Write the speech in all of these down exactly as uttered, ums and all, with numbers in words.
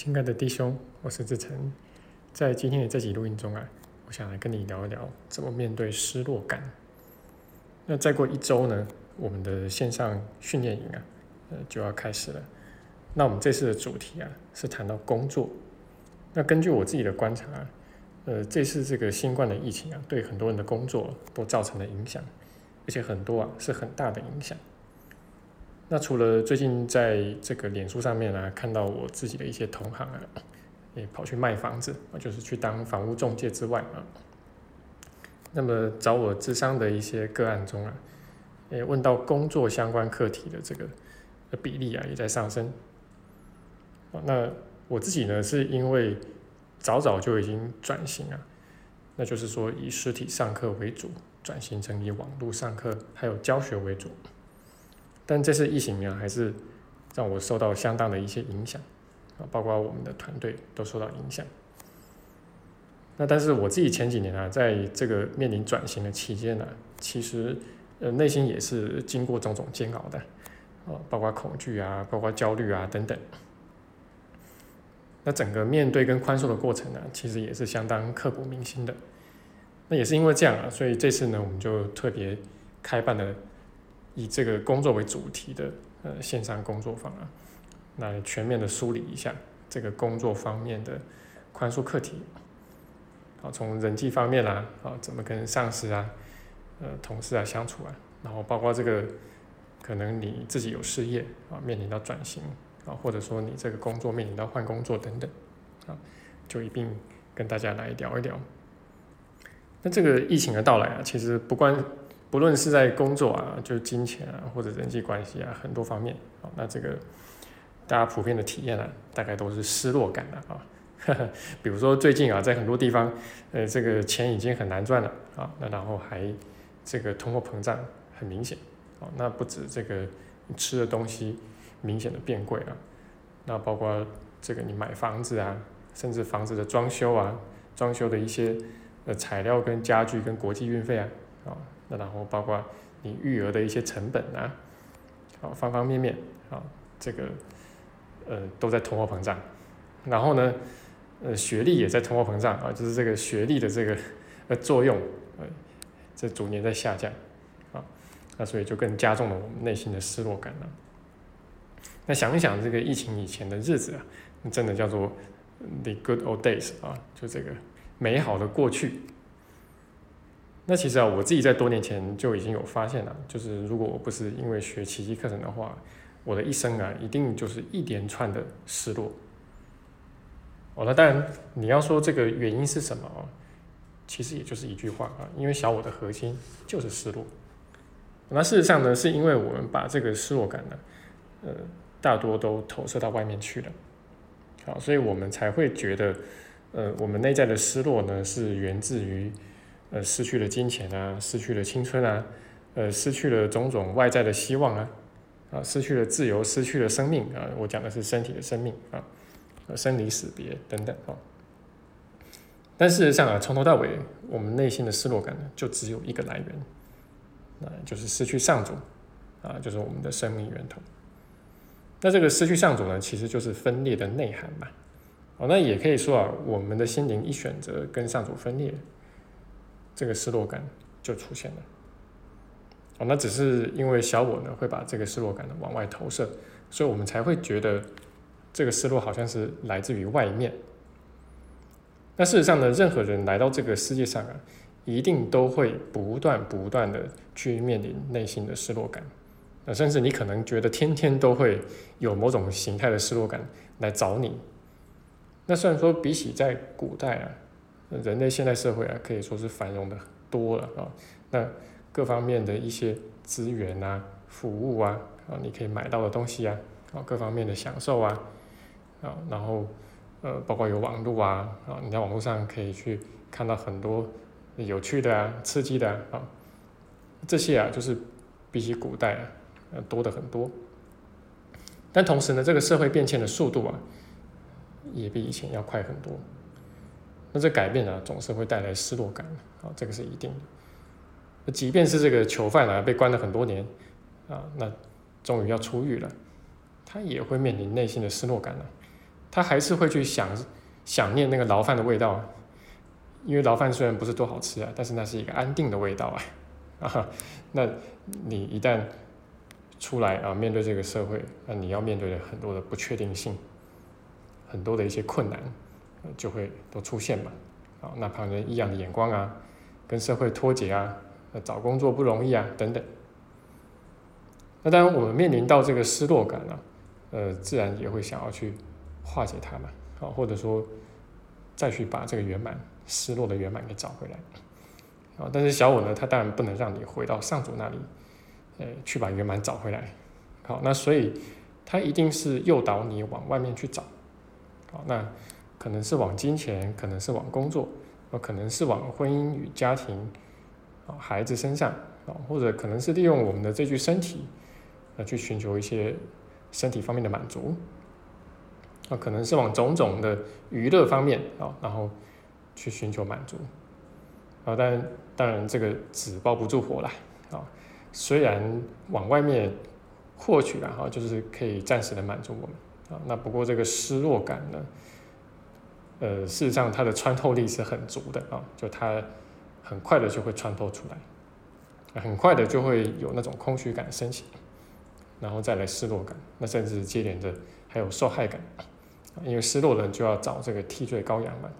亲爱的弟兄，我是志成。在今天的这集录音中啊，我想来跟你聊一聊怎么面对失落感。那再过一周呢，我们的线上训练营啊，呃就要开始了。那我们这次的主题啊，是谈到工作。那根据我自己的观察啊，呃，这次这个新冠的疫情啊，对很多人的工作都造成了影响，而且很多啊是很大的影响。那除了最近在这个脸书上面啊，看到我自己的一些同行啊，也跑去卖房子，就是去当房屋中介之外啊，那么找我咨商的一些个案中啊，也问到工作相关课题的这个比例啊，也在上升。那我自己呢，是因为早早就已经转型啊，那就是说以实体上课为主，转型成以网络上课还有教学为主。但这次疫情呢，还是让我受到相当的一些影响，包括我们的团队都受到影响。那但是我自己前几年啊，在这个面临转型的期间呢、啊，其实呃内心也是经过种种煎熬的，哦，包括恐惧啊，包括焦虑啊等等。那整个面对跟宽恕的过程呢、啊，其实也是相当刻骨铭心的。那也是因为这样啊，所以这次呢，我们就特别开办了以这个工作为主题的呃线上工作坊啊，来全面的梳理一下这个工作方面的宽恕课题。好，从人际方面啦、啊，啊怎么跟上司啊、呃同事啊相处啊，然后包括这个可能你自己有事业啊，面临到转型啊，或者说你这个工作面临到换工作等等啊，就一并跟大家来聊一聊。那这个疫情的到来啊，其实不关不论是在工作啊，就是金钱啊，或者人际关系啊，很多方面啊，那这个大家普遍的体验啊，大概都是失落感的啊。比如说最近啊，在很多地方，呃，这个钱已经很难赚了啊，那然后还这个通货膨胀很明显啊，那不止这个你吃的东西明显的变贵了，那包括这个你买房子啊，甚至房子的装修啊，装修的一些呃材料跟家具跟国际运费啊，啊，那然后包括你育儿的一些成本啊，啊，方方面面啊，这个呃都在通货膨胀，然后呢？呃，学历也在通货膨胀啊，就是这个学历的这个呃作用，呃，这逐年在下降啊，那所以就更加重了我们内心的失落感了。那想一想这个疫情以前的日子啊，真的叫做 the good old days 啊，就这个美好的过去。那其实啊，我自己在多年前就已经有发现了，就是如果我不是因为学奇迹课程的话，我的一生啊，一定就是一连串的失落。哦，那当然，你要说这个原因是什么哦？其实也就是一句话啊，因为小我的核心就是失落。那事实上呢，是因为我们把这个失落感呢，呃，大多都投射到外面去了，好，所以我们才会觉得，呃，我们内在的失落呢，是源自于，呃，失去了金钱啊，失去了青春啊，呃，失去了种种外在的希望啊，啊，失去了自由，失去了生命啊，我讲的是身体的生命啊。生离死别等等哦，但事实上啊，从头到尾，我们内心的失落感呢，就只有一个来源，那就是失去上主啊，就是我们的生命源头。那这个失去上主呢，其实就是分裂的内涵嘛。哦，那也可以说啊，我们的心灵一选择跟上主分裂，这个失落感就出现了。哦，那只是因为小我呢，会把这个失落感呢往外投射，所以我们才会觉得。这个失落好像是来自于外面，那事实上呢，任何人来到这个世界上啊，一定都会不断不断的去面临内心的失落感，那甚至你可能觉得天天都会有某种形态的失落感来找你。那虽然说比起在古代啊，人类现代社会啊，可以说是繁荣的多了啊，那各方面的一些资源啊、服务啊，啊，你可以买到的东西啊，啊，各方面的享受啊。啊，然后呃，包括有网络啊，啊，你在网络上可以去看到很多有趣的啊、刺激的啊，啊这些啊，就是比起古代啊，呃，多的很多。但同时呢，这个社会变迁的速度啊，也比以前要快很多。那这改变啊，总是会带来失落感啊，这个是一定的。即便是这个囚犯啊，被关了很多年啊，那终于要出狱了，他也会面临内心的失落感啊。 他还是会去想想念那个牢饭的味道，因为牢饭虽然不是多好吃啊，但是那是一个安定的味道啊。啊，那你一旦出来啊，面对这个社会，那你要面对的很多的不确定性，很多的一些困难，就会都出现嘛。啊，那旁人异样的眼光啊，跟社会脱节啊，找工作不容易啊，等等。那当然，我们面临到这个失落感啊，呃，自然也会想要去化解它嘛，啊，或者说再去把这个圆满失落的圆满给找回来。啊，但是小我呢，他当然不能让你回到上主那里，呃，去把圆满找回来。好，那所以他一定是诱导你往外面去找。好，那可能是往金钱，可能是往工作，可能是往婚姻与家庭、孩子身上，或者可能是利用我们的这具身体，去寻求一些身体方面的满足，可能是往种种的娱乐方面，然后去寻求满足。但当然这个纸包不住火啦，虽然往外面获取啦，就是可以暂时的满足我们，那不过这个失落感呢，呃，事实上它的穿透力是很足的啊，就它很快的就会穿透出来，很快的就会有那种空虚感升起，然后再来失落感，那甚至接连着还有受害感，因为失落了就要找这个替罪羔羊嘛。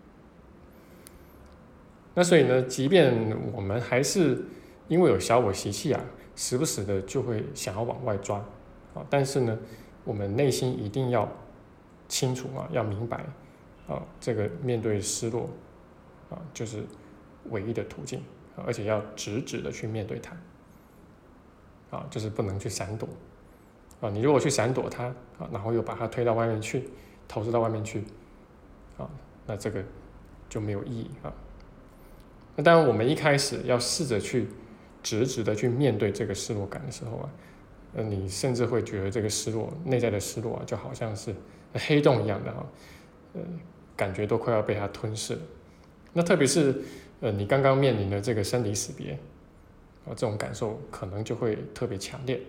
那所以呢，即便我们还是因为有小我习气啊，时不时的就会想要往外抓啊，但是呢，我们内心一定要清楚啊，要明白啊，这个面对失落啊，就是唯一的途径，而且要直直的去面对它啊，就是不能去闪躲啊。你如果去闪躲它啊，然后又把它推到外面去，投射到外面去啊，那这个就没有意义啊。那当然，我们一开始要试着去直直的去面对这个失落感的时候啊，呃，你甚至会觉得这个失落内在的失落啊，就好像是黑洞一样的哈，呃，感觉都快要被它吞噬了。那特别是呃，你刚刚面临的这个生离死别啊，这种感受可能就会特别强烈。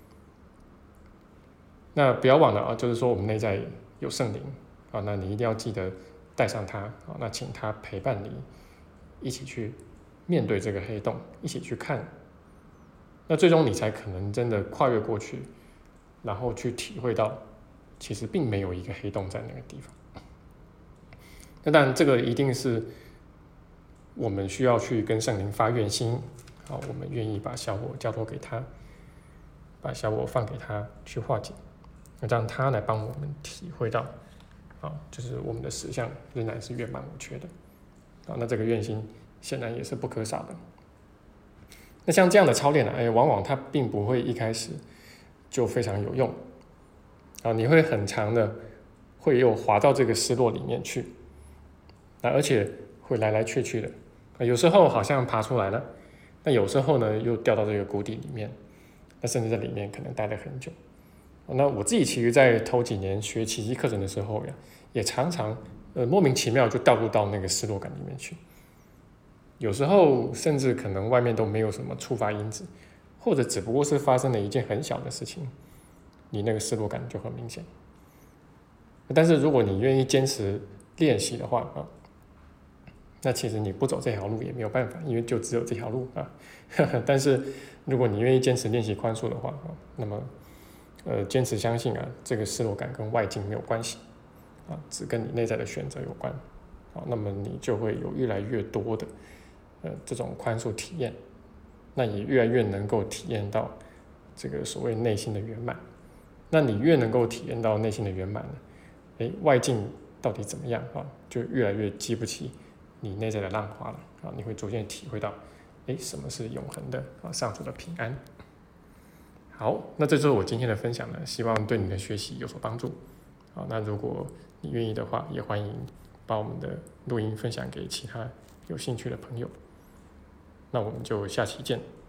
那不要忘了啊，就是说我们内在有圣灵啊，那你一定要记得带上它啊，那请他陪伴你。一起去面对这个黑洞，一起去看，那最终你才可能真的跨越过去，然后去体会到，其实并没有一个黑洞在那个地方。那当然，这个一定是我们需要去跟圣灵发愿心，啊，我们愿意把小我交托给他，把小我放给他去化解，那让他来帮我们体会到，啊，就是我们的实相仍然是圆满无缺的。啊，那这个愿心显然也是不可少的。那像这样的操练呢、啊，哎，往往它并不会一开始就非常有用啊，你会很长的会又滑到这个失落里面去，啊，而且会来来去去的，啊，有时候好像爬出来了，那有时候呢又掉到这个谷底里面，那甚至在里面可能待了很久。啊、那我自己其实在头几年学奇迹课程的时候呀，也常常。呃，莫名其妙就掉入到那个失落感里面去，有时候甚至可能外面都没有什么触发因子，或者只不过是发生了一件很小的事情，你那个失落感就很明显。但是如果你愿意坚持练习的话啊，那其实你不走这条路也没有办法，因为就只有这条路啊。但是如果你愿意坚持练习宽恕的话啊，那么呃，坚持相信啊，这个失落感跟外境没有关系。啊，只跟你内在的选择有关，啊，那么你就会有越来越多的呃这种宽恕体验，那也越来越能够体验到这个所谓内心的圆满。那你越能够体验到内心的圆满呢，哎，外境到底怎么样啊，就越来越激不起你内在的浪花了啊，你会逐渐体会到，哎，什么是永恒的啊，上主的平安。好，那这就是我今天的分享呢，希望对你的学习有所帮助。好，那如果你愿意的话，也欢迎把我们的录音分享给其他有兴趣的朋友。那我们就下期见。